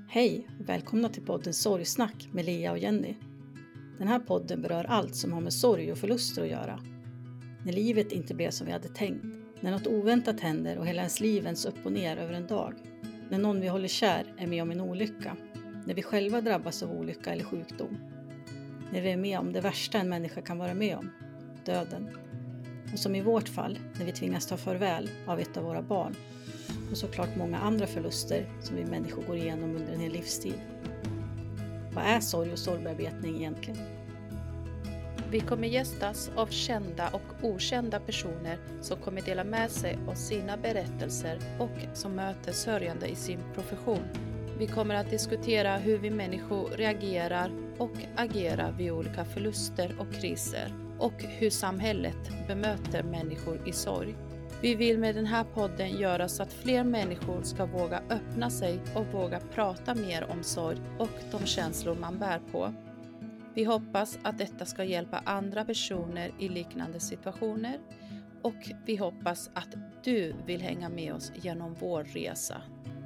Hej och välkomna till podden Sorgsnack med Lia och Jenny. Den här podden berör allt som har med sorg och förluster att göra. När livet inte blev som vi hade tänkt, när något oväntat händer och hela ens liv vänds upp och ner över en dag. När någon vi håller kär är med om en olycka. När vi själva drabbas av olycka eller sjukdom. När vi är med om det värsta en människa kan vara med om, döden. Och som i vårt fall, när vi tvingas ta farväl av ett av våra barn. Och såklart många andra förluster som vi människor går igenom under en hel livstid. Vad är sorg och sorgbearbetning egentligen? Vi kommer gästas av kända och okända personer som kommer dela med sig av sina berättelser och som möter sörjande i sin profession. Vi kommer att diskutera hur vi människor reagerar och agerar vid olika förluster och kriser och hur samhället bemöter människor i sorg. Vi vill med den här podden göra så att fler människor ska våga öppna sig och våga prata mer om sorg och de känslor man bär på. Vi hoppas att detta ska hjälpa andra personer i liknande situationer och vi hoppas att du vill hänga med oss genom vår resa.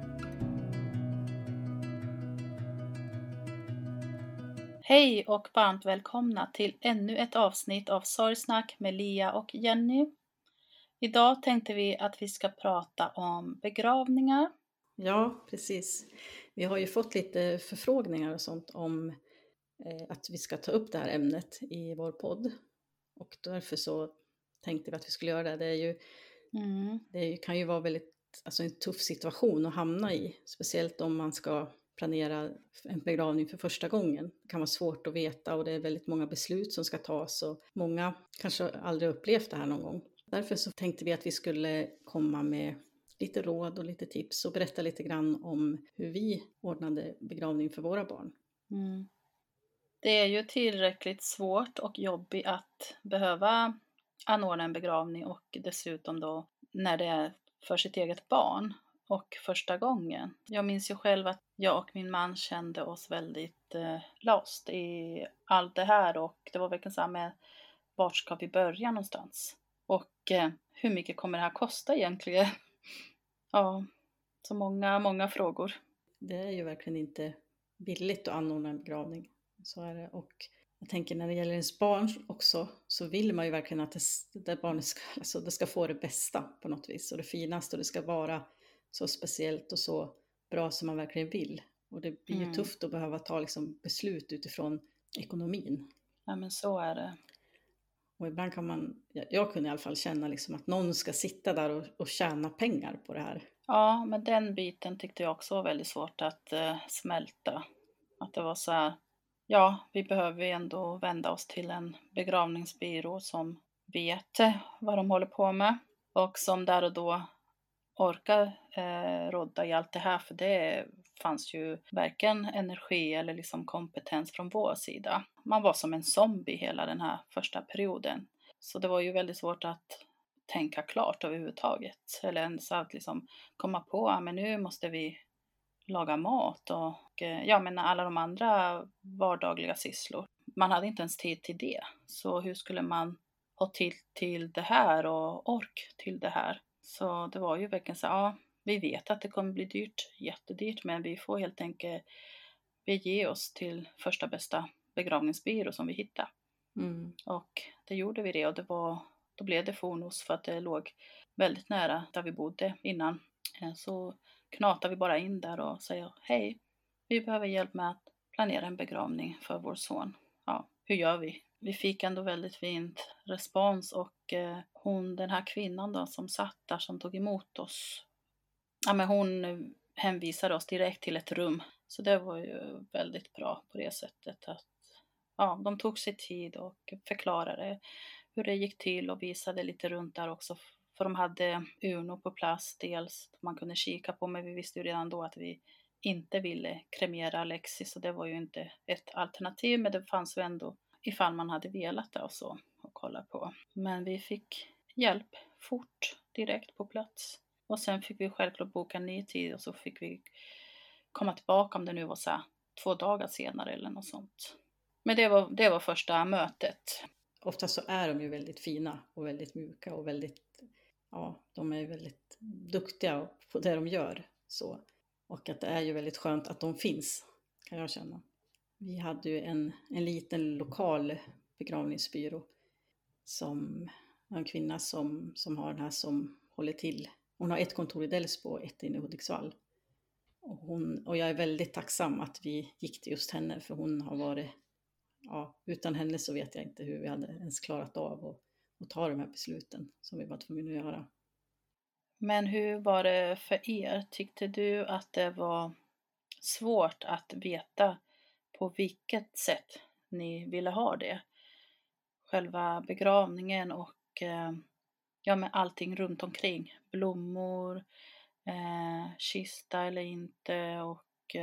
Hej och varmt välkomna till ännu ett avsnitt av Sorgsnack med Lia och Jenny. Idag tänkte vi att vi ska prata om begravningar. Ja, precis. Vi har ju fått lite förfrågningar och sånt om att vi ska ta upp det här ämnet i vår podd. Och därför så tänkte vi att vi skulle göra det. Det kan ju vara väldigt, en tuff situation att hamna i. Speciellt om man ska planera en begravning för första gången. Det kan vara svårt att veta och det är väldigt många beslut som ska tas. Och många kanske aldrig upplevt det här någon gång. Därför så tänkte vi att vi skulle komma med lite råd och lite tips och berätta lite grann om hur vi ordnade begravning för våra barn. Det är ju tillräckligt svårt och jobbigt att behöva anordna en begravning och dessutom då när det är för sitt eget barn och första gången. Jag minns ju själv att jag och min man kände oss väldigt lost i allt det här och det var verkligen så här med vart ska vi börja någonstans? Och hur mycket kommer det här kosta egentligen? Ja, så många frågor. Det är ju verkligen inte billigt att anordna en begravning. Så är det. Och jag tänker när det gäller ens barn också så vill man ju verkligen att det barnet det ska få det bästa på något vis. Och det finaste och det ska vara så speciellt och så bra som man verkligen vill. Och det blir ju tufft att behöva ta beslut utifrån ekonomin. Ja men så är det. Och ibland kan jag kunde i alla fall känna att någon ska sitta där och tjäna pengar på det här. Ja, men den biten tyckte jag också var väldigt svårt att smälta. Att det var så här, ja, vi behöver ju ändå vända oss till en begravningsbyrå som vet vad de håller på med. Och som där och då orkar rodda i allt det här. För det fanns ju varken energi eller kompetens från vår sida. Man var som en zombie hela den här första perioden. Så det var ju väldigt svårt att tänka klart överhuvudtaget. Eller ens att komma på, men nu måste vi laga mat och men alla de andra vardagliga sysslor. Man hade inte ens tid till det. Så hur skulle man ha tid till det här och ork till det här? Så det var ju verkligen så, ja, vi vet att det kommer bli dyrt, jättedyrt, men vi får helt enkelt bege oss till första bästa begravningsbyrå som vi hittar. Och det gjorde vi det och då blev det Fornos för att det låg väldigt nära där vi bodde innan. Så knatade vi bara in där och säger hej, vi behöver hjälp med att planera en begravning för vår son. Ja, hur gör vi? Vi fick ändå väldigt fint respons och den här kvinnan då som satt där som tog emot oss. Ja, men hon hänvisade oss direkt till ett rum. Så det var ju väldigt bra på det sättet att de tog sig tid och förklarade hur det gick till och visade lite runt där också. För de hade urnor på plats dels man kunde kika på, men vi visste ju redan då att vi inte ville kremera Alexis. Så det var ju inte ett alternativ, men det fanns ju ändå ifall man hade velat det och så och kolla på. Men vi fick hjälp fort direkt på plats. Och sen fick vi självklart boka en ny tid och så fick vi komma tillbaka om det nu var så här 2 dagar senare eller något sånt. Men det var första mötet. Ofta så är de ju väldigt fina och väldigt mjuka och de är väldigt duktiga på det de gör. Så. Och att det är ju väldigt skönt att de finns, kan jag känna. Vi hade ju en liten lokal begravningsbyrå som en kvinna som har den här som håller till. Hon har ett kontor i Delsbo och ett inne i Hudiksvall. Och jag är väldigt tacksam att vi gick till just henne, för hon har varit, utan henne så vet jag inte hur vi hade ens klarat av att ta de här besluten som vi var tvungna att göra. Men hur var det för er? Tyckte du att det var svårt att veta på vilket sätt ni ville ha det? Själva begravningen och med allting runt omkring. Blommor, kista eller inte och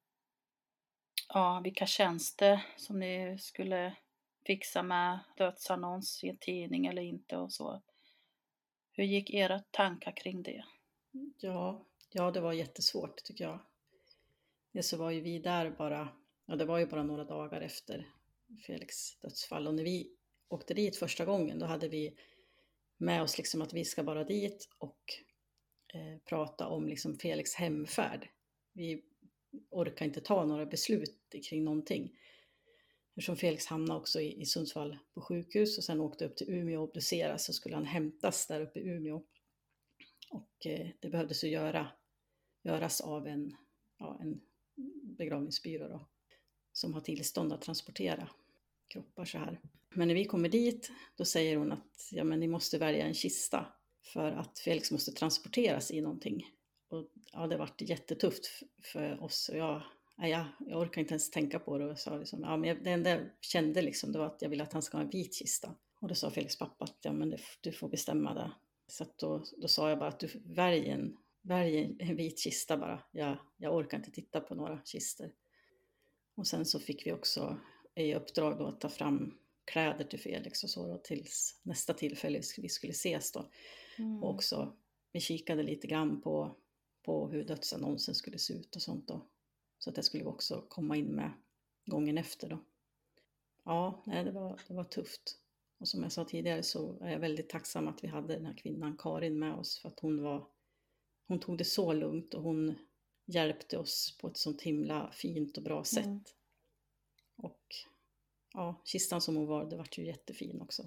vilka tjänster som ni skulle fixa med dödsannons i en tidning eller inte och så. Hur gick era tankar kring det? Ja, det var jättesvårt tycker jag. Det så var ju vi där det var ju bara några dagar efter Felix dödsfall. Och när vi åkte dit första gången, då hade vi med oss liksom att vi ska bara dit och prata om liksom Felix hemfärd. Vi orkar inte ta några beslut kring någonting. Eftersom Felix hamnade också i Sundsvall på sjukhus och sen åkte upp till Umeå och obduceras, så skulle han hämtas där uppe i Umeå. Och det behövdes ju göras av en begravningsbyrå då, som har tillstånd att transportera kroppar så här. Men när vi kommer dit, då säger hon att ni måste välja en kista för att Felix måste transporteras i någonting. Och det var jättetufft för oss, och jag orkar inte ens tänka på det och sa liksom, men det enda jag kände liksom, det var att jag ville att han ska ha en vit kista. Och då sa Felix pappa att du får bestämma det. Så att då sa jag bara att du välj en vit kista bara. Jag orkar inte titta på några kistor. Och sen så fick vi också i uppdrag då att ta fram kläder till Felix och så då, tills nästa tillfälle vi skulle ses då. Och också vi kikade lite grann på hur dödsannonsen skulle se ut och sånt då. Så att det skulle vi också komma in med gången efter då. Ja, det var tufft. Och som jag sa tidigare så är jag väldigt tacksam att vi hade den här kvinnan Karin med oss, för att hon tog det så lugnt och hon hjälpte oss på ett sånt himla fint och bra sätt. Och kistan som hon var, det var ju jättefin också.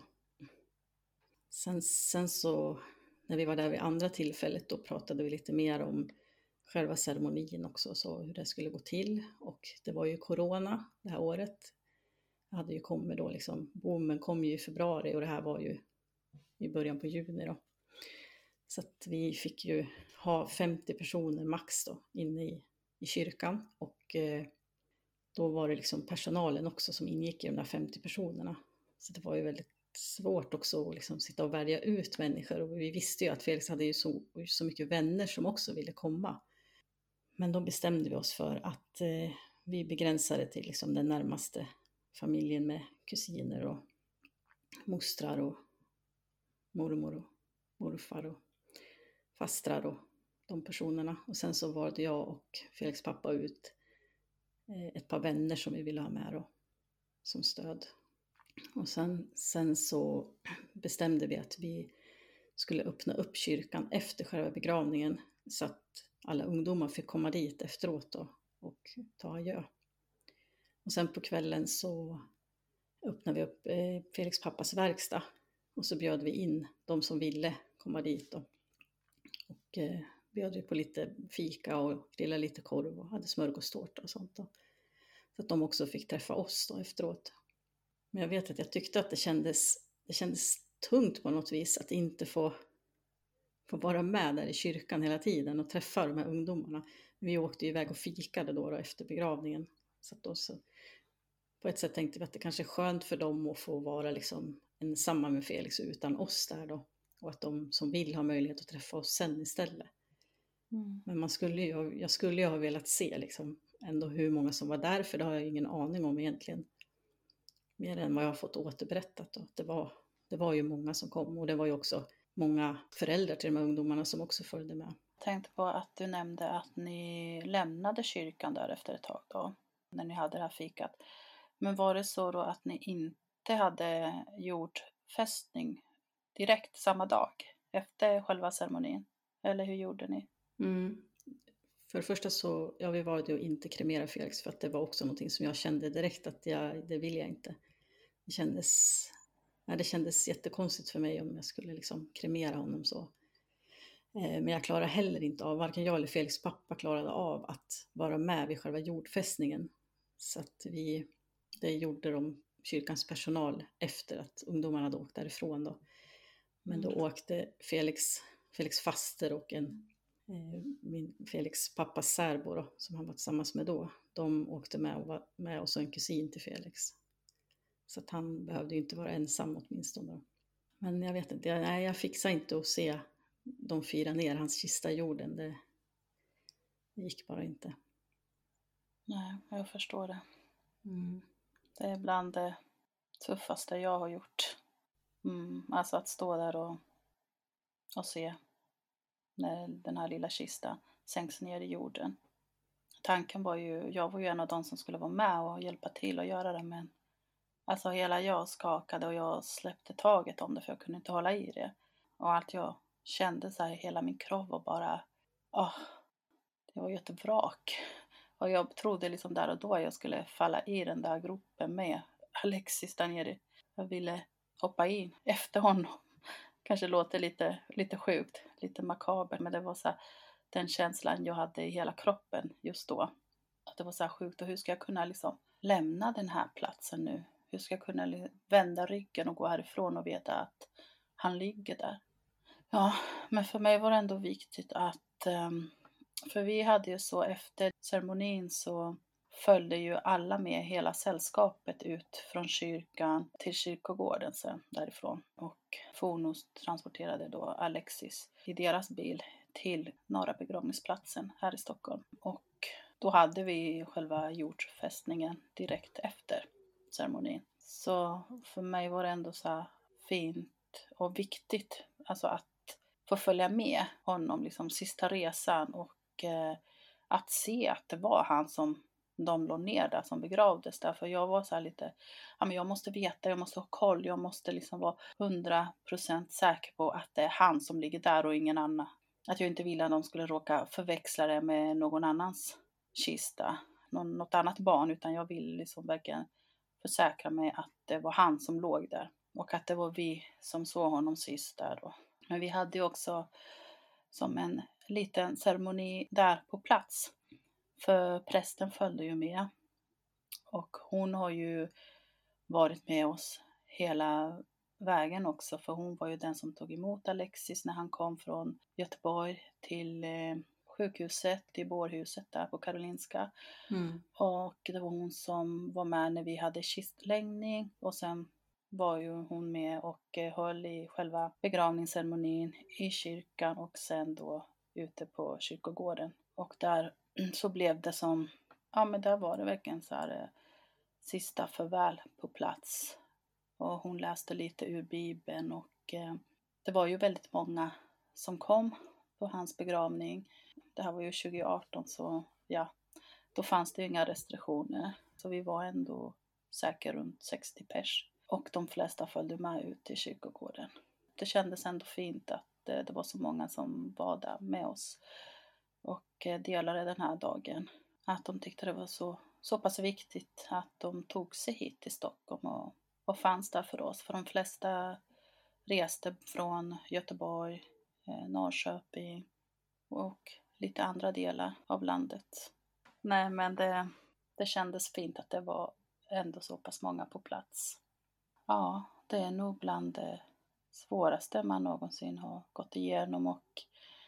Sen så när vi var där vid andra tillfället, då pratade vi lite mer om själva ceremonin också, så hur det skulle gå till. Och det var ju corona det här året. Det hade ju kommit då liksom, boomen kom ju i februari och det här var ju i början på juni då. Så att vi fick ju ha 50 personer max då inne i kyrkan, och då var det liksom personalen också som ingick i de där 50 personerna. Så det var ju väldigt svårt också att liksom sitta och välja ut människor, och vi visste ju att Felix hade ju så mycket vänner som också ville komma. Men då bestämde vi oss för att vi begränsade till liksom den närmaste familjen med kusiner och mostrar och mormor och morfar och fastrar och de personerna. Och sen så var det jag och Felix pappa ut ett par vänner som vi ville ha med då, som stöd. Och sen så bestämde vi att vi skulle öppna upp kyrkan efter själva begravningen, så att alla ungdomar fick komma dit efteråt då och ta adjö. Och sen på kvällen så öppnade vi upp Felix pappas verkstad, och så bjöd vi in de som ville komma dit då. Och bjöd vi på lite fika och grillade lite korv och hade smörgåstårta och sånt då. Så att de också fick träffa oss då efteråt. Men jag vet att jag tyckte att det kändes tungt på något vis att inte få vara med där i kyrkan hela tiden och träffa de här ungdomarna. Vi åkte ju iväg och fikade då efter begravningen. Så på ett sätt tänkte vi att det kanske är skönt för dem att få vara liksom ensamma med Felix utan oss där då. Och att de som vill ha möjlighet att träffa oss sen istället. Men jag skulle ju ha velat se liksom ändå hur många som var där, för det har jag ingen aning om egentligen. Mer än vad jag har fått återberättat då. Det var ju många som kom, och det var ju också många föräldrar till de här ungdomarna som också följde med. Jag tänkte på att du nämnde att ni lämnade kyrkan där efter ett tag då, när ni hade det här fikat. Men var det så då att ni inte hade gjort fästning direkt samma dag efter själva ceremonin? Eller hur gjorde ni? För det första så, vi valde ju att inte kremera Felix för att det var också någonting som jag kände direkt att det vill jag inte. Det kändes jättekonstigt för mig om jag skulle liksom kremera honom så. Men jag klarade heller inte av, varken jag eller Felix pappa klarade av att vara med vid själva jordfästningen. Så att det gjorde de kyrkans personal efter att ungdomarna hade åkt därifrån då. Men då åkte Felix faster och Felix pappas särbo då, som han var tillsammans med då. De åkte med och var med och så en kusin till Felix. Så att han behövde ju inte vara ensam åtminstone då. Men jag vet inte, jag fixade inte att se de fira ner hans kista i jorden. Det gick bara inte. Nej, jag förstår det. Mm. Det är bland det tuffaste jag har gjort. Alltså att stå där och se när den här lilla kistan sänks ner i jorden. Tanken var ju, jag var ju en av de som skulle vara med och hjälpa till att göra det, men alltså hela jag skakade och jag släppte taget om det för jag kunde inte hålla i det. Och allt jag kände så här, hela min kropp var bara, det var ju ett vrak. Och jag trodde liksom där och då jag skulle falla i den där gropen med Alexis där nere. Jag ville hoppa in efter honom. Kanske låter lite sjukt, lite makabert, men det var så här, den känslan jag hade i hela kroppen just då. Att det var så här sjukt, och hur ska jag kunna liksom lämna den här platsen nu? Hur ska jag kunna vända ryggen och gå härifrån och veta att han ligger där? Ja, men för mig var det ändå viktigt att, för vi hade ju så efter ceremonin så följde ju alla med hela sällskapet ut från kyrkan till kyrkogården sen därifrån. Och Fonus transporterade då Alexis i deras bil till norra begravningsplatsen här i Stockholm. Och då hade vi själva jordfästningen direkt efter ceremonin. Så för mig var det ändå så här fint och viktigt, alltså att få följa med honom liksom sista resan och att se att det var han som de låg ner där som begravdes där. För jag var så här lite, men jag måste veta, jag måste ha koll, jag måste liksom vara 100% säker på att det är han som ligger där och ingen annan. Att jag inte ville att de skulle råka förväxla det med någon annans kista, något annat barn, utan jag ville liksom verkligen försäkra mig att det var han som låg där och att det var vi som såg honom sist där då. Men vi hade ju också som en liten ceremoni där på plats. För prästen följde ju med. Och hon har ju varit med oss hela vägen också. För hon var ju den som tog emot Alexis när han kom från Göteborg till sjukhuset, till bårhuset där på Karolinska. Och det var hon som var med när vi hade kistläggning. Och sen var ju hon med och höll i själva begravningsceremonin i kyrkan och sen då ute på kyrkogården. Och där så blev det som, men där var det verkligen så här sista farväl på plats. Och hon läste lite ur Bibeln och det var ju väldigt många som kom på hans begravning. Det här var ju 2018 så då fanns det ju inga restriktioner. Så vi var ändå säkert runt 60 pers. Och de flesta följde med ut till kyrkogården. Det kändes ändå fint att det var så många som var där med oss och delade den här dagen. Att de tyckte det var så pass viktigt att de tog sig hit till Stockholm och fanns där för oss. För de flesta reste från Göteborg, Norrköping och lite andra delar av landet. Nej, men det kändes fint att det var ändå så pass många på plats. Ja, det är nog bland det svåraste man någonsin har gått igenom. Och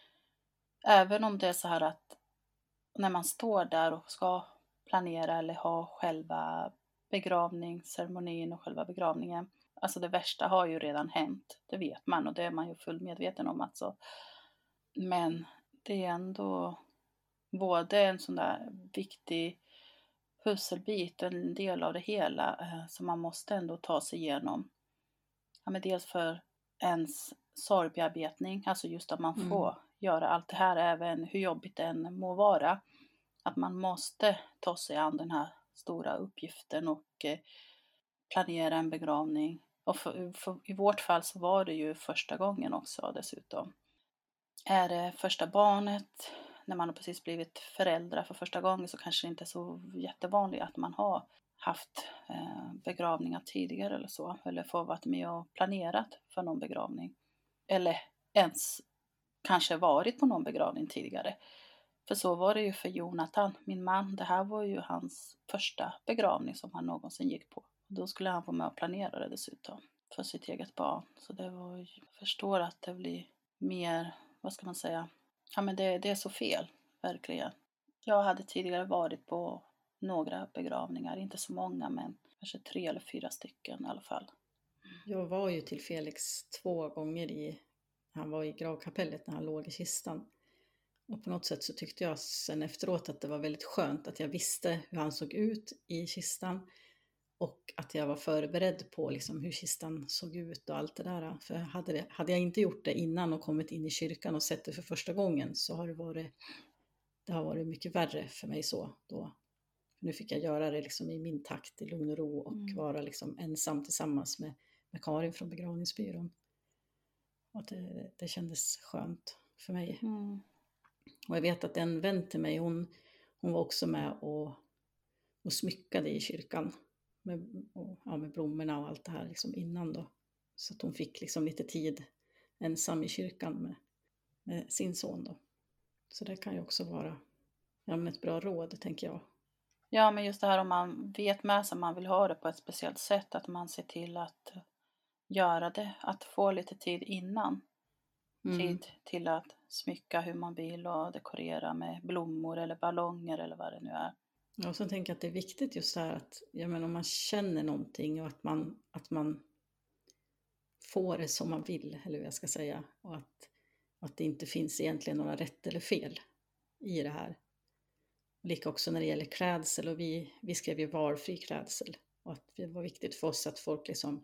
även om det är så här att när man står där och ska planera eller ha själva begravningsceremonin och själva begravningen. Alltså det värsta har ju redan hänt, det vet man och det är man ju full medveten om alltså. Men det är ändå både en sån där viktig pusselbit, en del av det hela som man måste ändå ta sig igenom. Ja, men dels för ens sorgbearbetning, alltså just att man får göra allt det här även hur jobbigt det än må vara. Att man måste ta sig an den här stora uppgiften och planera en begravning. Och i vårt fall så var det ju första gången också dessutom. Är det första barnet, när man har precis blivit föräldrar för första gången, så kanske det inte är så jättevanligt att man har haft begravningar tidigare eller så. Eller får varit med och planerat för någon begravning. Eller ens kanske varit på någon begravning tidigare. För så var det ju för Jonathan, min man. Det här var ju hans första begravning som han någonsin gick på. Då skulle han få med och planera det dessutom för sitt eget barn. Så det var ju, jag förstår att det blir mer, vad ska man säga? Ja, men det är så fel, verkligen. Jag hade tidigare varit på några begravningar, inte så många, men kanske 3 eller 4 stycken i alla fall. Jag var ju till Felix 2 gånger han var i gravkapellet när han låg i kistan. Och på något sätt så tyckte jag sen efteråt att det var väldigt skönt att jag visste hur han såg ut i kistan. Och att jag var förberedd på liksom hur kistan såg ut och allt det där. För hade jag inte gjort det innan och kommit in i kyrkan och sett det för första gången, så har det har varit mycket värre för mig så då. Nu fick jag göra det liksom i min takt, i lugn och ro, och vara liksom ensam tillsammans med Karin från begravningsbyrån. Och det kändes skönt för mig. Och jag vet att en vän till mig, hon var också med och smyckade i kyrkan med blommorna och allt det här liksom innan då. Så att hon fick liksom lite tid ensam i kyrkan med sin son då. Så det kan ju också vara ett bra råd, tänker jag. Ja, men just det här om man vet med sig att man vill ha det på ett speciellt sätt, att man ser till att göra det, att få lite tid innan. Tid till att smycka hur man vill och dekorera med blommor eller ballonger eller vad det nu är. Ja, och så tänker jag att det är viktigt just det här att, om man känner någonting och att man får det som man vill, eller hur jag ska säga, och att det inte finns egentligen några rätt eller fel i det här. Och lika också när det gäller klädsel, och vi skrev ju valfri klädsel, och att det var viktigt för oss att folk liksom,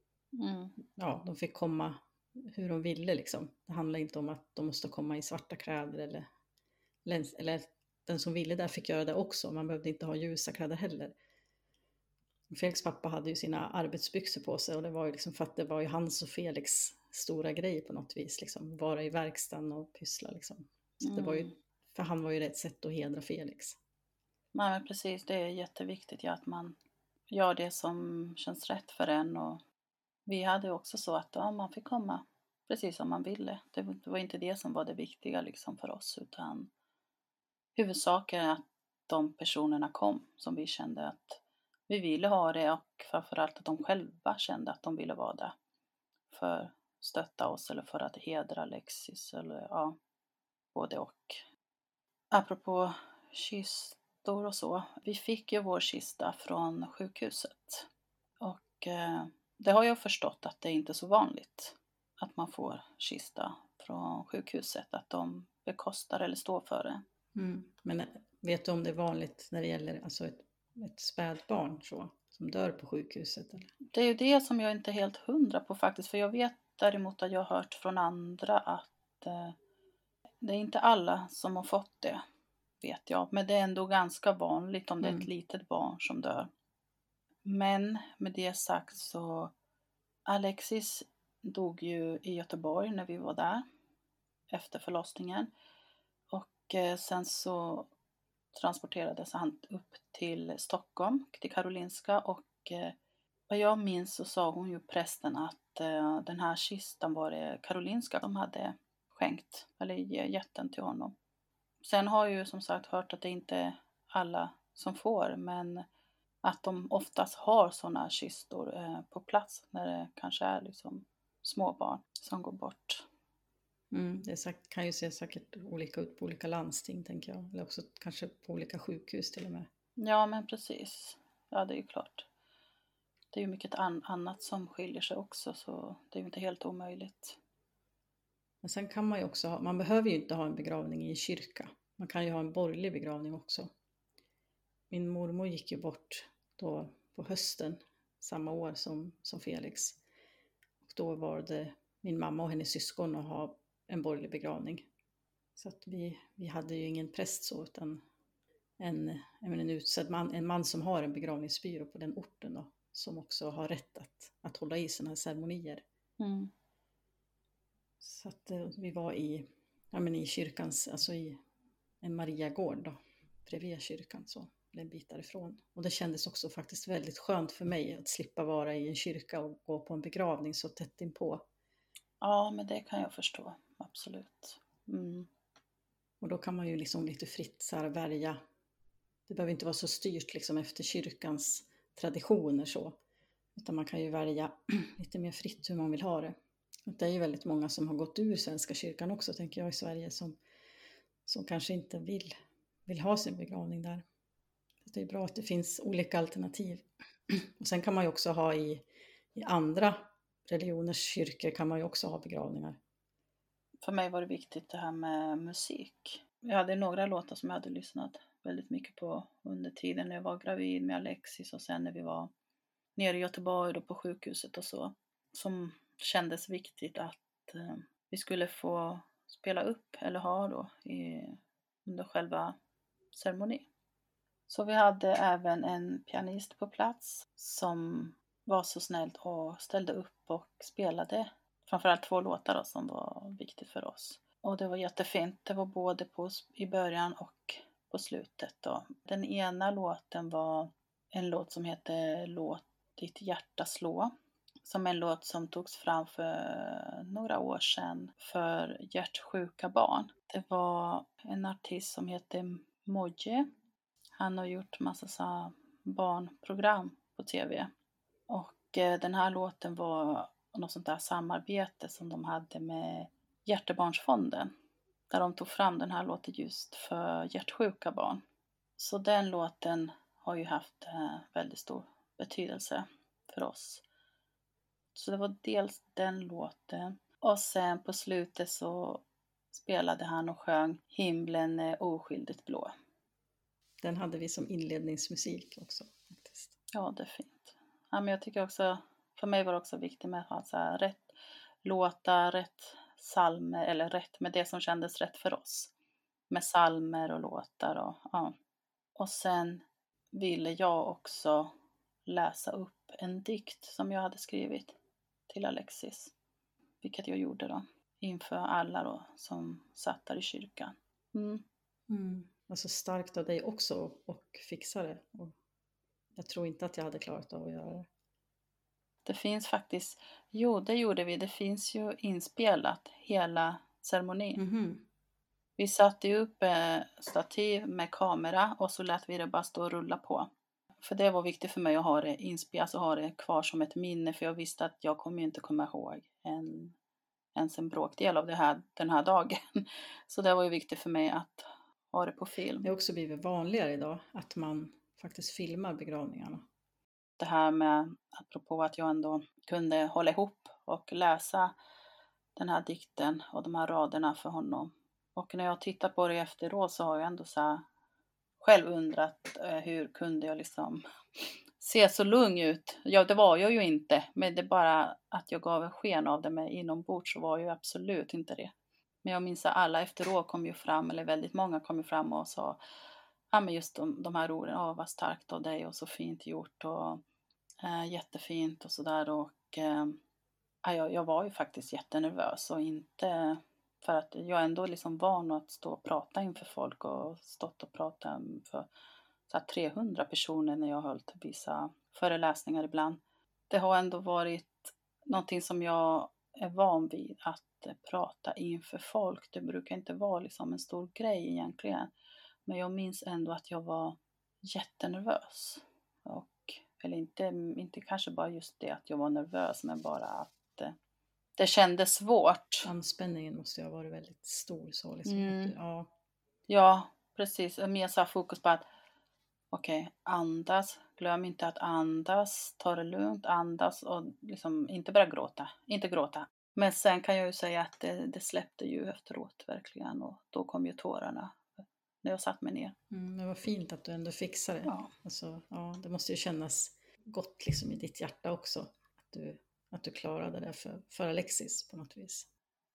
de fick komma hur de ville liksom. Det handlar inte om att de måste komma i svarta kläder eller den som ville där fick göra det också. Man behövde inte ha ljusa kläder heller. Felix pappa hade ju sina arbetsbyxor på sig, och det var ju liksom för att det var ju hans och Felix stora grej på något vis liksom. Vara i verkstaden och pyssla liksom. Så det var ju, för han var ju ett sätt att hedra Felix. Nej, men precis, det är jätteviktigt att man gör det som känns rätt för en. Och vi hade också så att man fick komma precis som man ville. Det var inte det som var det viktiga liksom för oss, utan huvudsaken är att de personerna kom som vi kände att vi ville ha det, och framförallt att de själva kände att de ville vara där för att stötta oss eller för att hedra Alexis, eller både och. Apropå kistor och så, vi fick ju vår kista från sjukhuset, och det har jag förstått att det är inte så vanligt att man får kista från sjukhuset, att de bekostar eller står för det. Men vet du om det är vanligt när det gäller alltså ett spädbarn som dör på sjukhuset? Eller? Det är ju det som jag inte är helt 100 på faktiskt, för jag vet däremot att jag har hört från andra att det är inte alla som har fått det, vet jag. Men det är ändå ganska vanligt om det är ett litet barn som dör. Men med det sagt så, Alexis dog ju i Göteborg när vi var där efter förlossningen. Och sen så transporterades han upp till Stockholm, till Karolinska, och vad jag minns så sa hon ju prästen att den här kistan var det Karolinska som hade skänkt eller gett den till honom. Sen har jag ju som sagt hört att det inte är alla som får, men att de oftast har sådana kistor på plats när det kanske är liksom småbarn som går bort. Det kan ju se säkert olika ut på olika landsting, tänker jag. Eller också kanske på olika sjukhus till och med. Ja, men precis. Ja, det är ju klart. Det är ju mycket annat som skiljer sig också, så det är ju inte helt omöjligt. Men sen kan man ju också man behöver ju inte ha en begravning i kyrka. Man kan ju ha en borgerlig begravning också. Min mormor gick ju bort då på hösten samma år som Felix. Och då var det min mamma och hennes syskon att ha en borgerlig begravning. Så att vi hade ju ingen präst så, utan en utsedd man, en man som har en begravningsbyrå på den orten då, som också har rätt att hålla i sådana här ceremonier. Så att vi var i kyrkans, alltså i en Mariagård då, bredvid kyrkan, så en bit därifrån. Och det kändes också faktiskt väldigt skönt för mig att slippa vara i en kyrka och gå på en begravning så tätt inpå. Ja, men det kan jag förstå, absolut. Mm. Och då kan man ju liksom lite fritt så här välja. Det behöver inte vara så styrt liksom efter kyrkans traditioner så. Utan man kan ju välja lite mer fritt hur man vill ha det. Och det är ju väldigt många som har gått ur Svenska kyrkan också, tänker jag, i Sverige, som kanske inte vill ha sin begravning där. Så det är bra att det finns olika alternativ. Och sen kan man ju också ha i andra religioners kyrkor kan man ju också ha begravningar. För mig var det viktigt det här med musik. Jag hade några låtar som jag hade lyssnat väldigt mycket på under tiden när jag var gravid med Alexis och sen när vi var nere i Göteborg då på sjukhuset och så. Som kändes viktigt att vi skulle få spela upp eller ha då under själva ceremonin. Så vi hade även en pianist på plats som var så snällt och ställde upp och spelade framförallt 2 låtar då, som var viktigt för oss. Och det var jättefint. Det var både i början och på slutet då. Den ena låten var en låt som heter Låt ditt hjärta slå. Som en låt som togs fram för några år sedan för hjärtsjuka barn. Det var en artist som heter Moje. Han har gjort massa så barnprogram på tv. Och den här låten var något sånt där samarbete som de hade med Hjärtebarnsfonden. Där de tog fram den här låten just för hjärtsjuka barn. Så den låten har ju haft väldigt stor betydelse för oss. Så det var dels den låten. Och sen på slutet så spelade han och sjöng Himlen är oskyldigt blå. Den hade vi som inledningsmusik också faktiskt. Ja, det är fint. Ja, men jag tycker också, för mig var det också viktigt med att ha så här rätt låtar, rätt psalmer, eller rätt med det som kändes rätt för oss. Med psalmer och låtar och ja. Och sen ville jag också läsa upp en dikt som jag hade skrivit till Alexis. Vilket jag gjorde då, inför alla då som satt där i kyrkan. Alltså starkt av dig också och fixa det. Och jag tror inte att jag hade klarat av att göra det. Det finns faktiskt, det gjorde vi. Det finns ju inspelat hela ceremonin. Vi satte ju upp stativ med kamera och så lät vi det bara stå och rulla på. För det var viktigt för mig att ha det alltså ha det kvar som ett minne. För jag visste att jag kommer inte komma ihåg ens en bråkdel av den här dagen. Så det var ju viktigt för mig att ha det på film. Det har också blivit vanligare idag att man faktiskt filmar begravningarna. Det här med, apropå att jag ändå kunde hålla ihop och läsa den här dikten och de här raderna för honom. Och när jag tittar på det efteråt så har jag ändå så här själv undrat hur kunde jag liksom se så lugn ut. Ja, det var jag ju inte, men det är bara att jag gav en sken av det med inombords så var jag ju absolut inte det. Men jag minns att alla efteråt kom ju fram, eller väldigt många kom ju fram och sa ja, men just de här orden, vad starkt av dig och så fint gjort och jättefint och sådär. Och jag var ju faktiskt jättenervös och inte, för att jag är ändå liksom van att stå och prata inför folk och stått och prata för så här 300 personer när jag har hållit vissa föreläsningar ibland. Det har ändå varit någonting som jag är van vid, att prata inför folk. Det brukar inte vara liksom en stor grej egentligen. Men jag minns ändå att jag var jättenervös. Eller inte kanske bara just det att jag var nervös, men bara att det kändes svårt. Anspänningen måste ju ha varit väldigt stor. Så liksom Ja, precis. Mer så här fokus på att okej, andas. Glöm inte att andas. Ta det lugnt, andas och liksom inte börja gråta. Inte gråta. Men sen kan jag ju säga att det släppte ju efteråt verkligen. Och då kom ju tårarna när jag satt mig ner. Det var fint att du ändå fixade det. Ja. Alltså, det måste ju kännas gott liksom i ditt hjärta också. Att du klarade det för Alexis på något vis.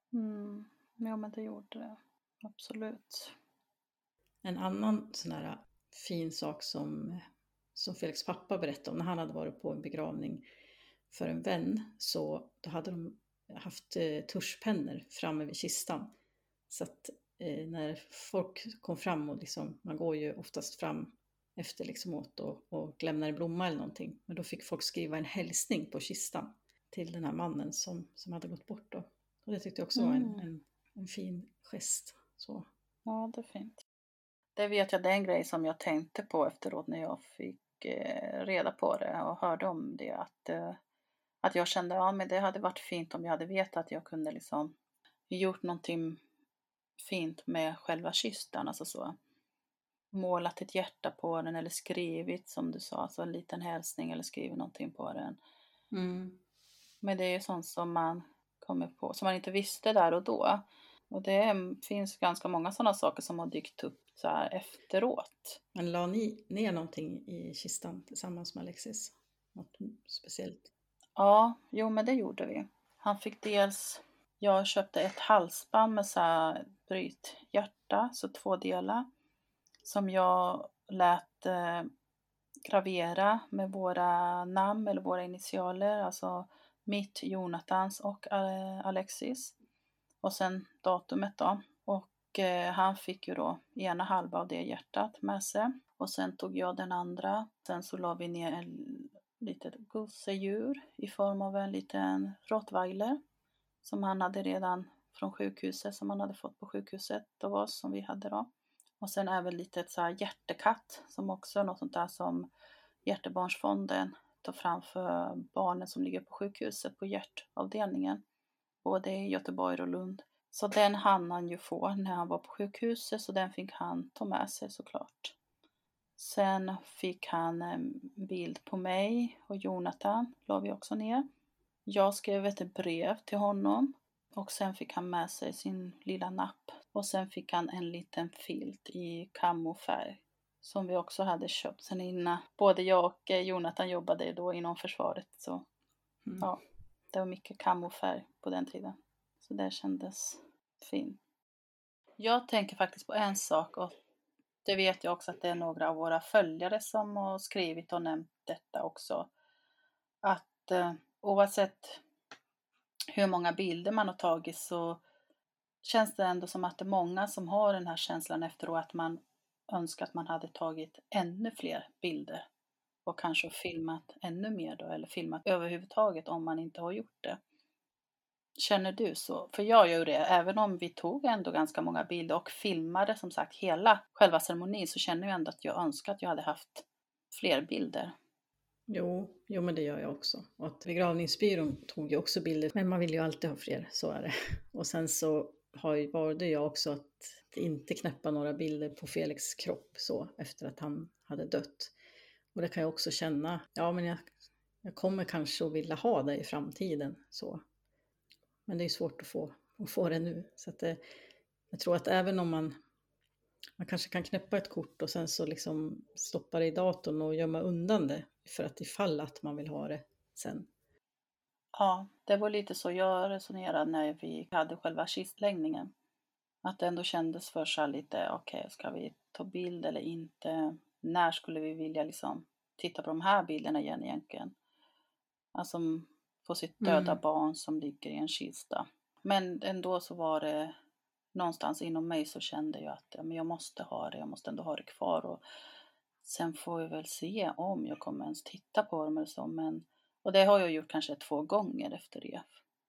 Ja, men det gjorde det. Absolut. En annan sån här fin sak som Felix pappa berättade om när han hade varit på en begravning för en vän, så då hade de haft tuschpennor framme vid kistan. Så att när folk kom fram och liksom, man går ju oftast fram efter liksom åt och lämnar en blomma eller någonting. Men då fick folk skriva en hälsning på kistan till den här mannen som hade gått bort då. Och det tyckte jag också var en fin gest. Så. Ja, det är fint. Det vet jag, det är en grej som jag tänkte på efteråt när jag fick reda på det och hörde om det. Att jag kände, ja men det hade varit fint om jag hade vetat att jag kunde liksom gjort någonting fint med själva kistan. Alltså så målat ett hjärta på den eller skrivit som du sa, alltså en liten hälsning eller skrivit någonting på den. Mm. Men det är ju sånt som man kommer på, som man inte visste där och då. Och det finns ganska många sådana saker som har dykt upp så här efteråt. Men la ni ner någonting i kistan tillsammans med Alexis? Något speciellt? Ja, jo men det gjorde vi. Han fick dels, jag köpte ett halsband med så här brythjärta, så 2 delar. Som jag lät gravera med våra namn eller våra initialer. Alltså mitt, Jonathans och Alexis. Och sen datumet då. Och han fick ju då ena halva av det hjärtat med sig. Och sen tog jag den andra. Sen så la vi ner en litet gosedjur i form av en liten rottweiler. Som han hade redan från sjukhuset, som han hade fått på sjukhuset av oss som vi hade då. Och sen även lite så här hjärtekatt som också är något sånt där som Hjärtebarnsfonden tar fram för barnen som ligger på sjukhuset på hjärtavdelningen. Både i Göteborg och Lund. Så den hann han ju få när han var på sjukhuset, så den fick han ta med sig såklart. Sen fick han en bild på mig och Jonathan, la vi också ner. Jag skrev ett brev till honom och sen fick han med sig sin lilla napp. Och sen fick han en liten filt i kamofärg som vi också hade köpt sen innan. Både jag och Jonathan jobbade då inom försvaret, så ja, det var mycket kamofärg på den tiden. Så det kändes fint. Jag tänker faktiskt på en sak, och det vet jag också att det är några av våra följare som har skrivit och nämnt detta också. Att oavsett hur många bilder man har tagit så känns det ändå som att det är många som har den här känslan efteråt att man önskar att man hade tagit ännu fler bilder. Och kanske filmat ännu mer då, eller filmat överhuvudtaget om man inte har gjort det. Känner du så? För jag gör det, även om vi tog ändå ganska många bilder och filmade som sagt hela själva ceremonin, så känner jag ändå att jag önskar att jag hade haft fler bilder. Jo, men det gör jag också. Och att begravningsbyrån tog ju också bilder, men man vill ju alltid ha fler, så är det. Och sen så var det jag också att inte knäppa några bilder på Felix kropp så efter att han hade dött. Och det kan jag också känna, ja men jag kommer kanske att vilja ha det i framtiden så. Men det är svårt att få det nu. Så att jag tror att även om man kanske kan knäppa ett kort och sen så liksom stoppa det i datorn och gömma undan det för att ifall att man vill ha det sen. Ja, det var lite så jag resonerade när vi hade själva kistläggningen. Att det ändå kändes för sig lite, okej, ska vi ta bild eller inte? När skulle vi vilja liksom titta på de här bilderna igen egentligen? Alltså på sitt döda barn som ligger i en kista. Men ändå så var det någonstans inom mig så kände jag att jag måste ha det, jag måste ändå ha det kvar. Och sen får vi väl se om jag kommer ens titta på dem eller så. Och det har jag gjort kanske 2 gånger efter det.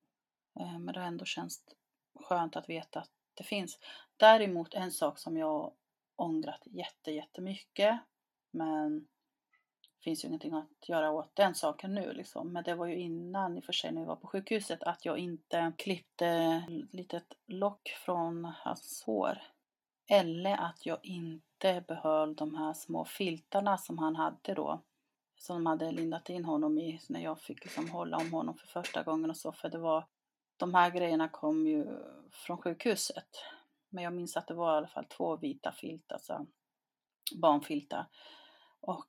Men det har ändå känts skönt att veta att det finns. Däremot en sak som jag ångrat jättemycket. Men det finns ju ingenting att göra åt den saken nu liksom. Men det var ju innan, i och för sig när vi var på sjukhuset, att jag inte klippte litet lock från hans hår. Eller att jag inte behöll de här små filtarna som han hade då. Som de hade lindat in honom i när jag fick liksom hålla om honom för första gången och så. För det var, de här grejerna kom ju från sjukhuset. Men jag minns att det var i alla fall 2 vita filtar, alltså barnfiltar. Och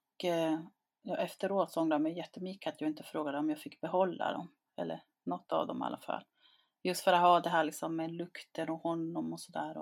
efteråt så ångrade jag mig jättemycket att jag inte frågade om jag fick behålla dem. Eller något av dem i alla fall. Just för att ha det här liksom med lukten och honom och sådär.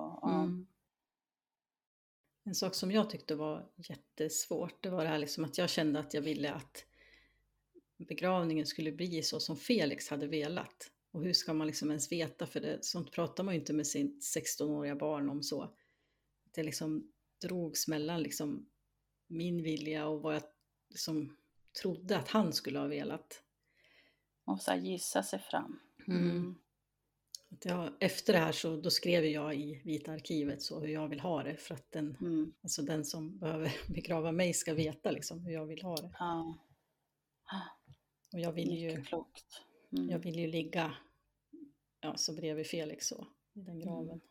En sak som jag tyckte var jättesvårt, det var det här liksom att jag kände att jag ville att begravningen skulle bli så som Felix hade velat. Och hur ska man liksom ens veta, för det, sånt pratar man ju inte med sin 16-åriga barn om så. Det liksom drogs mellan liksom min vilja och vad jag liksom trodde att han skulle ha velat. Och så här gissa sig fram. Att efter det här så då skrev jag i Vita arkivet så hur jag vill ha det, för att alltså den som behöver begrava mig ska veta liksom hur jag vill ha det. Ja. Och jag vill Mycket klokt. jag vill ju ligga så bredvid Felix så, i den graven.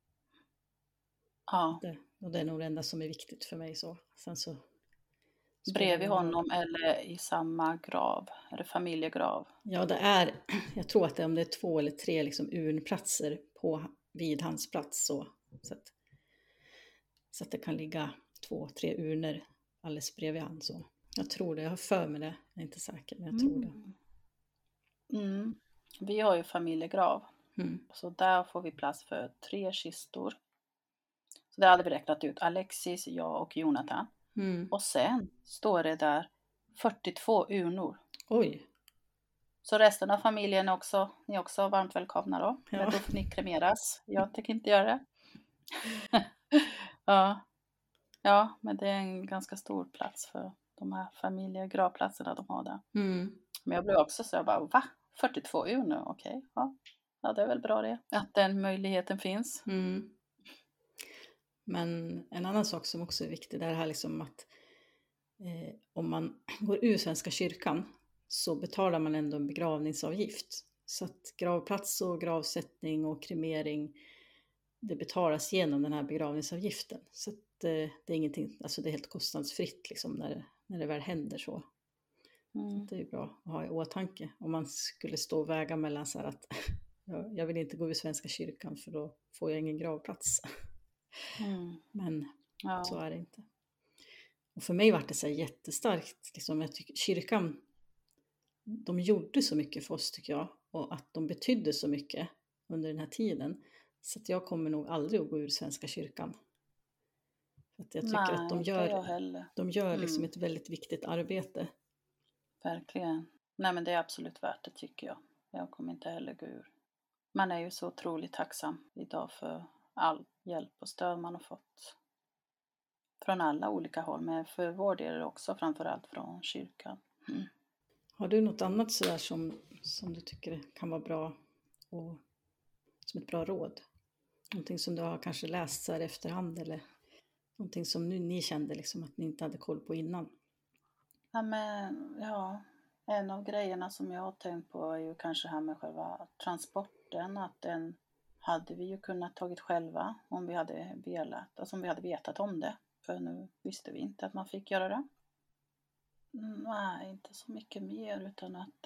Ja. Och det är nog det enda som är viktigt för mig så. Sen så bredvid honom eller i samma grav? Är det familjegrav? Ja, jag tror att om det är 2 eller 3 liksom urnplatser vid hans plats så att det kan ligga 2-3 urnor alldeles bredvid han så. Jag tror det, jag har för mig det, jag är inte säker, men jag tror det. Vi har ju familjegrav, så där får vi plats för 3 kistor. Så det hade vi räknat ut, Alexis, jag och Jonathan. Och sen står det där 42 urnor. Oj! Så resten av familjen är ni är också varmt välkomna då. Ja. Men då får ni kremeras. Jag tänker inte göra det. Ja, men det är en ganska stor plats för de här familjegravplatserna de har där. Men jag blev också så, jag bara, va? 42 urnor? Okej, ja, det är väl bra det. Att den möjligheten finns. Men en annan sak som också är viktig, det är här liksom att om man går ur Svenska kyrkan så betalar man ändå en begravningsavgift. Så att gravplats och gravsättning och kremering, det betalas genom den här begravningsavgiften. Så att det är ingenting, alltså det är helt kostnadsfritt liksom när det väl händer så. Så det är bra att ha i åtanke. Om man skulle stå och väga mellan så här att jag vill inte gå ur Svenska kyrkan för då får jag ingen gravplats. Men så är det inte. Och för mig var det så här jättestarkt. Liksom, jag tycker kyrkan, de gjorde så mycket för oss tycker jag. Och att de betydde så mycket under den här tiden. Så att jag kommer nog aldrig att gå ur Svenska kyrkan. För att jag tycker att de gör liksom ett väldigt viktigt arbete. Verkligen. Nej, men det är absolut värt det tycker jag. Jag kommer inte heller gå ur. Man är ju så otroligt tacksam idag för all hjälp och stöd man har fått. Från alla olika håll, men för vår del också framförallt från kyrkan. Har du något annat sådär som du tycker kan vara bra och som ett bra råd? Någonting som du har kanske läst så här efterhand eller någonting som ni kände liksom att ni inte hade koll på innan? En av grejerna som jag har tänkt på är ju kanske här med själva transporten, att den hade vi ju kunnat tagit själva om vi hade velat, alltså om vi hade vetat om det. För nu visste vi inte att man fick göra det. Nej, inte så mycket mer utan att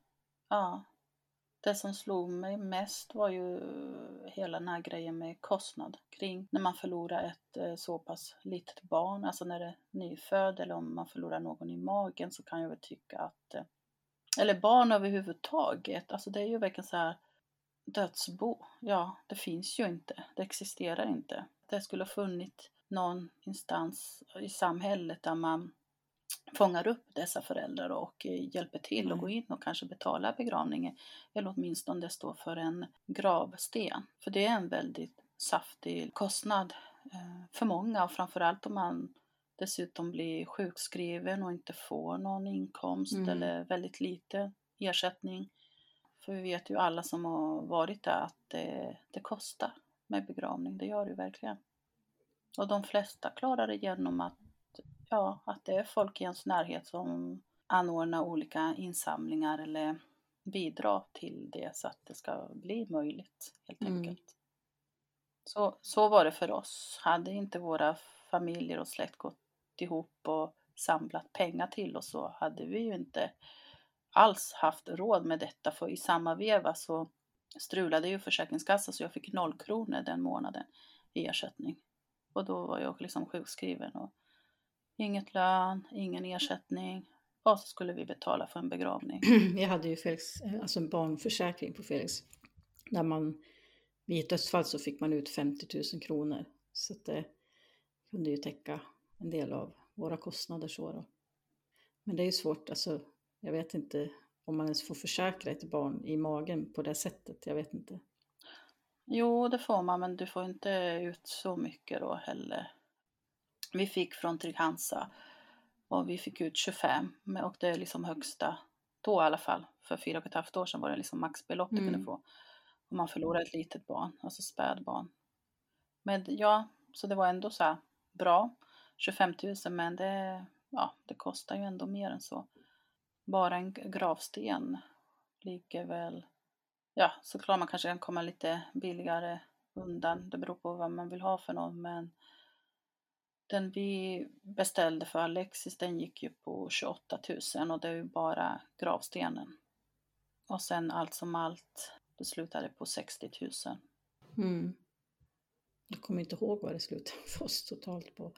det som slog mig mest var ju hela den här grejen med kostnad kring när man förlorar ett så pass litet barn, alltså när det är nyfödd eller om man förlorar någon i magen, så kan jag väl tycka att eller barn överhuvudtaget, alltså det är ju verkligen så här dödsbo, det finns ju inte, det existerar inte. Det skulle ha funnits någon instans i samhället där man fångar upp dessa föräldrar och hjälper till och gå in och kanske betala begravningen eller åtminstone stå för en gravsten. För det är en väldigt saftig kostnad för många, och framförallt om man dessutom blir sjukskriven och inte får någon inkomst eller väldigt lite ersättning. För vi vet ju alla som har varit där att det kostar med begravning, det gör det verkligen. Och de flesta klarar det genom att det är folk i ens närhet som anordnar olika insamlingar eller bidrar till det så att det ska bli möjligt helt enkelt. Så var det för oss. Hade inte våra familjer och släkt gått ihop och samlat pengar till oss så hade vi ju inte alls haft råd med detta, för i samma veva så strulade ju Försäkringskassan så jag fick 0 kronor den månaden i ersättning. Och då var jag liksom sjukskriven och inget lön, ingen ersättning. Och så skulle vi betala för en begravning. Jag hade ju Felix, alltså en barnförsäkring på Felix. Där man vid ett dödsfall så fick man ut 50 000 kronor. Så att det kunde ju täcka en del av våra kostnader så då. Men det är ju svårt, alltså jag vet inte om man ens får försäkra ett barn i magen på det sättet, jag vet inte. Jo, det får man, men du får inte ut så mycket då heller. Vi fick från Trygg-Hansa och vi fick ut 25, och det är liksom högsta, då i alla fall, för 4,5 år sedan var det liksom maxbelopp du kunde få. Om man förlorar ett litet barn, alltså spädbarn. Men ja, så det var ändå så här bra, 25 000, men det kostar ju ändå mer än så. Bara en gravsten ligger väl, ja, såklart man kanske kan komma lite billigare undan, det beror på vad man vill ha för någon, men den vi beställde för Alexis, den gick ju på 28 000 och det är ju bara gravstenen. Och sen allt som allt, det slutade på 60 000. Jag kommer inte ihåg vad det slutade för oss totalt på.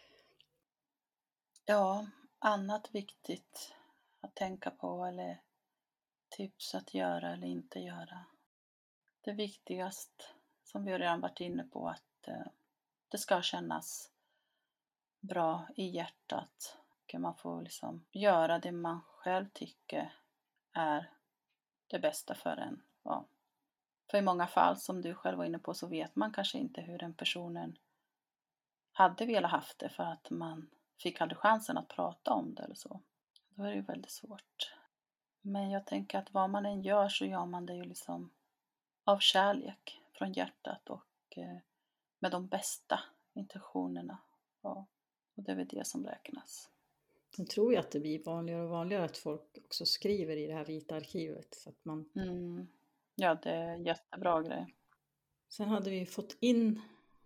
Ja, annat viktigt att tänka på eller tips att göra eller inte göra. Det viktigaste, som vi redan varit inne på, att det ska kännas bra i hjärtat. Man får liksom göra det man själv tycker är det bästa för en. Ja. För i många fall, som du själv var inne på, så vet man kanske inte hur den personen hade velat haft det, för att man fick aldrig chansen att prata om det eller så. Då är det ju väldigt svårt. Men jag tänker att vad man än gör så gör man det ju liksom av kärlek från hjärtat och med de bästa intentionerna. Ja. Och det är väl det som räknas. Jag tror ju att det blir vanligare och vanligare att folk också skriver i det här vita arkivet. Så att man... Ja, det är en jättebra grej. Sen hade vi fått in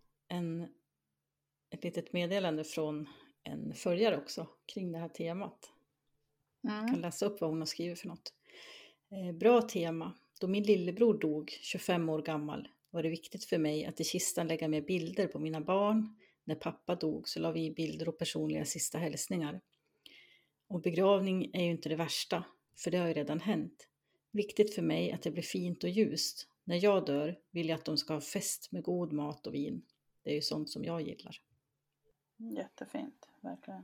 ett litet meddelande från en följare också kring det här temat. Jag kan läsa upp vad hon har skrivit för något. Bra tema. Då min lillebror dog 25 år gammal var det viktigt för mig att i kistan lägga med bilder på mina barn. När pappa dog så la vi bilder och personliga sista hälsningar. Och begravning är ju inte det värsta, för det har ju redan hänt. Viktigt för mig att det blir fint och ljust. När jag dör vill jag att de ska ha fest med god mat och vin. Det är ju sånt som jag gillar. Jättefint, verkligen.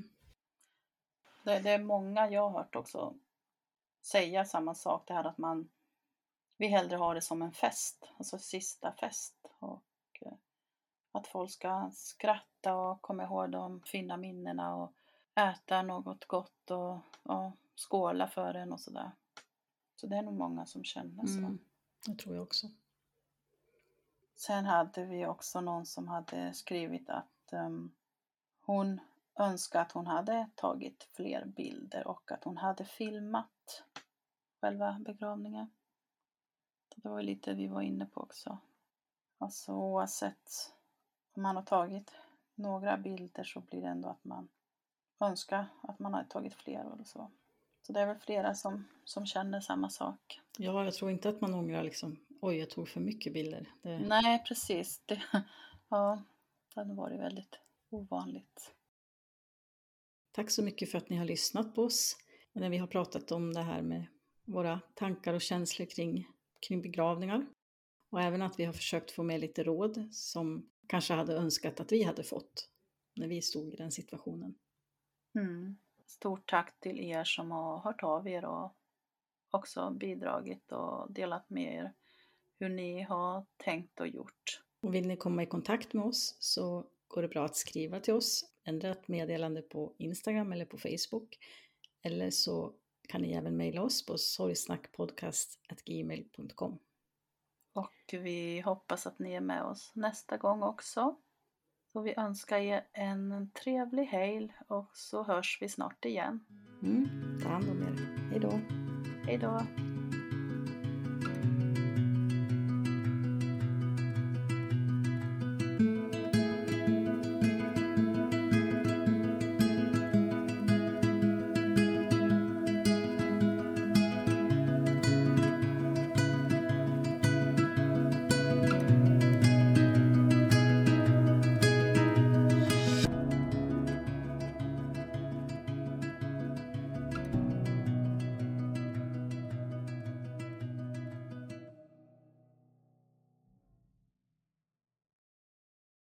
Det är många jag har hört också säga samma sak, det här att vi hellre har det som en fest, alltså sista fest, och att folk ska skratta och komma ihåg de fina minnena och äta något gott och skåla för en och sådär. Så det är nog många som känner så. Det tror jag också. Sen hade vi också någon som hade skrivit att hon önskar att hon hade tagit fler bilder och att hon hade filmat själva begravningen. Det var lite vi var inne på också. Alltså oavsett om man har tagit några bilder så blir det ändå att man önskar att man hade tagit fler eller så. Så det är väl flera som känner samma sak. Ja, jag tror inte att man ångrar liksom, oj jag tog för mycket bilder. Nej, precis. Det hade varit väldigt ovanligt. Tack så mycket för att ni har lyssnat på oss. När vi har pratat om det här med våra tankar och känslor kring begravningar. Och även att vi har försökt få med lite råd som kanske hade önskat att vi hade fått när vi stod i den situationen. Stort tack till er som har hört av er och också bidragit och delat med er hur ni har tänkt och gjort. Och vill ni komma i kontakt med oss så går det bra att skriva till oss. Ändra ett meddelande på Instagram eller på Facebook. Eller så kan ni även mejla oss på sorgsnackpodcast@gmail.com. Och vi hoppas att ni är med oss nästa gång också. Så vi önskar er en trevlig helg och så hörs vi snart igen. Ta hand om er. Hej då. Hej då.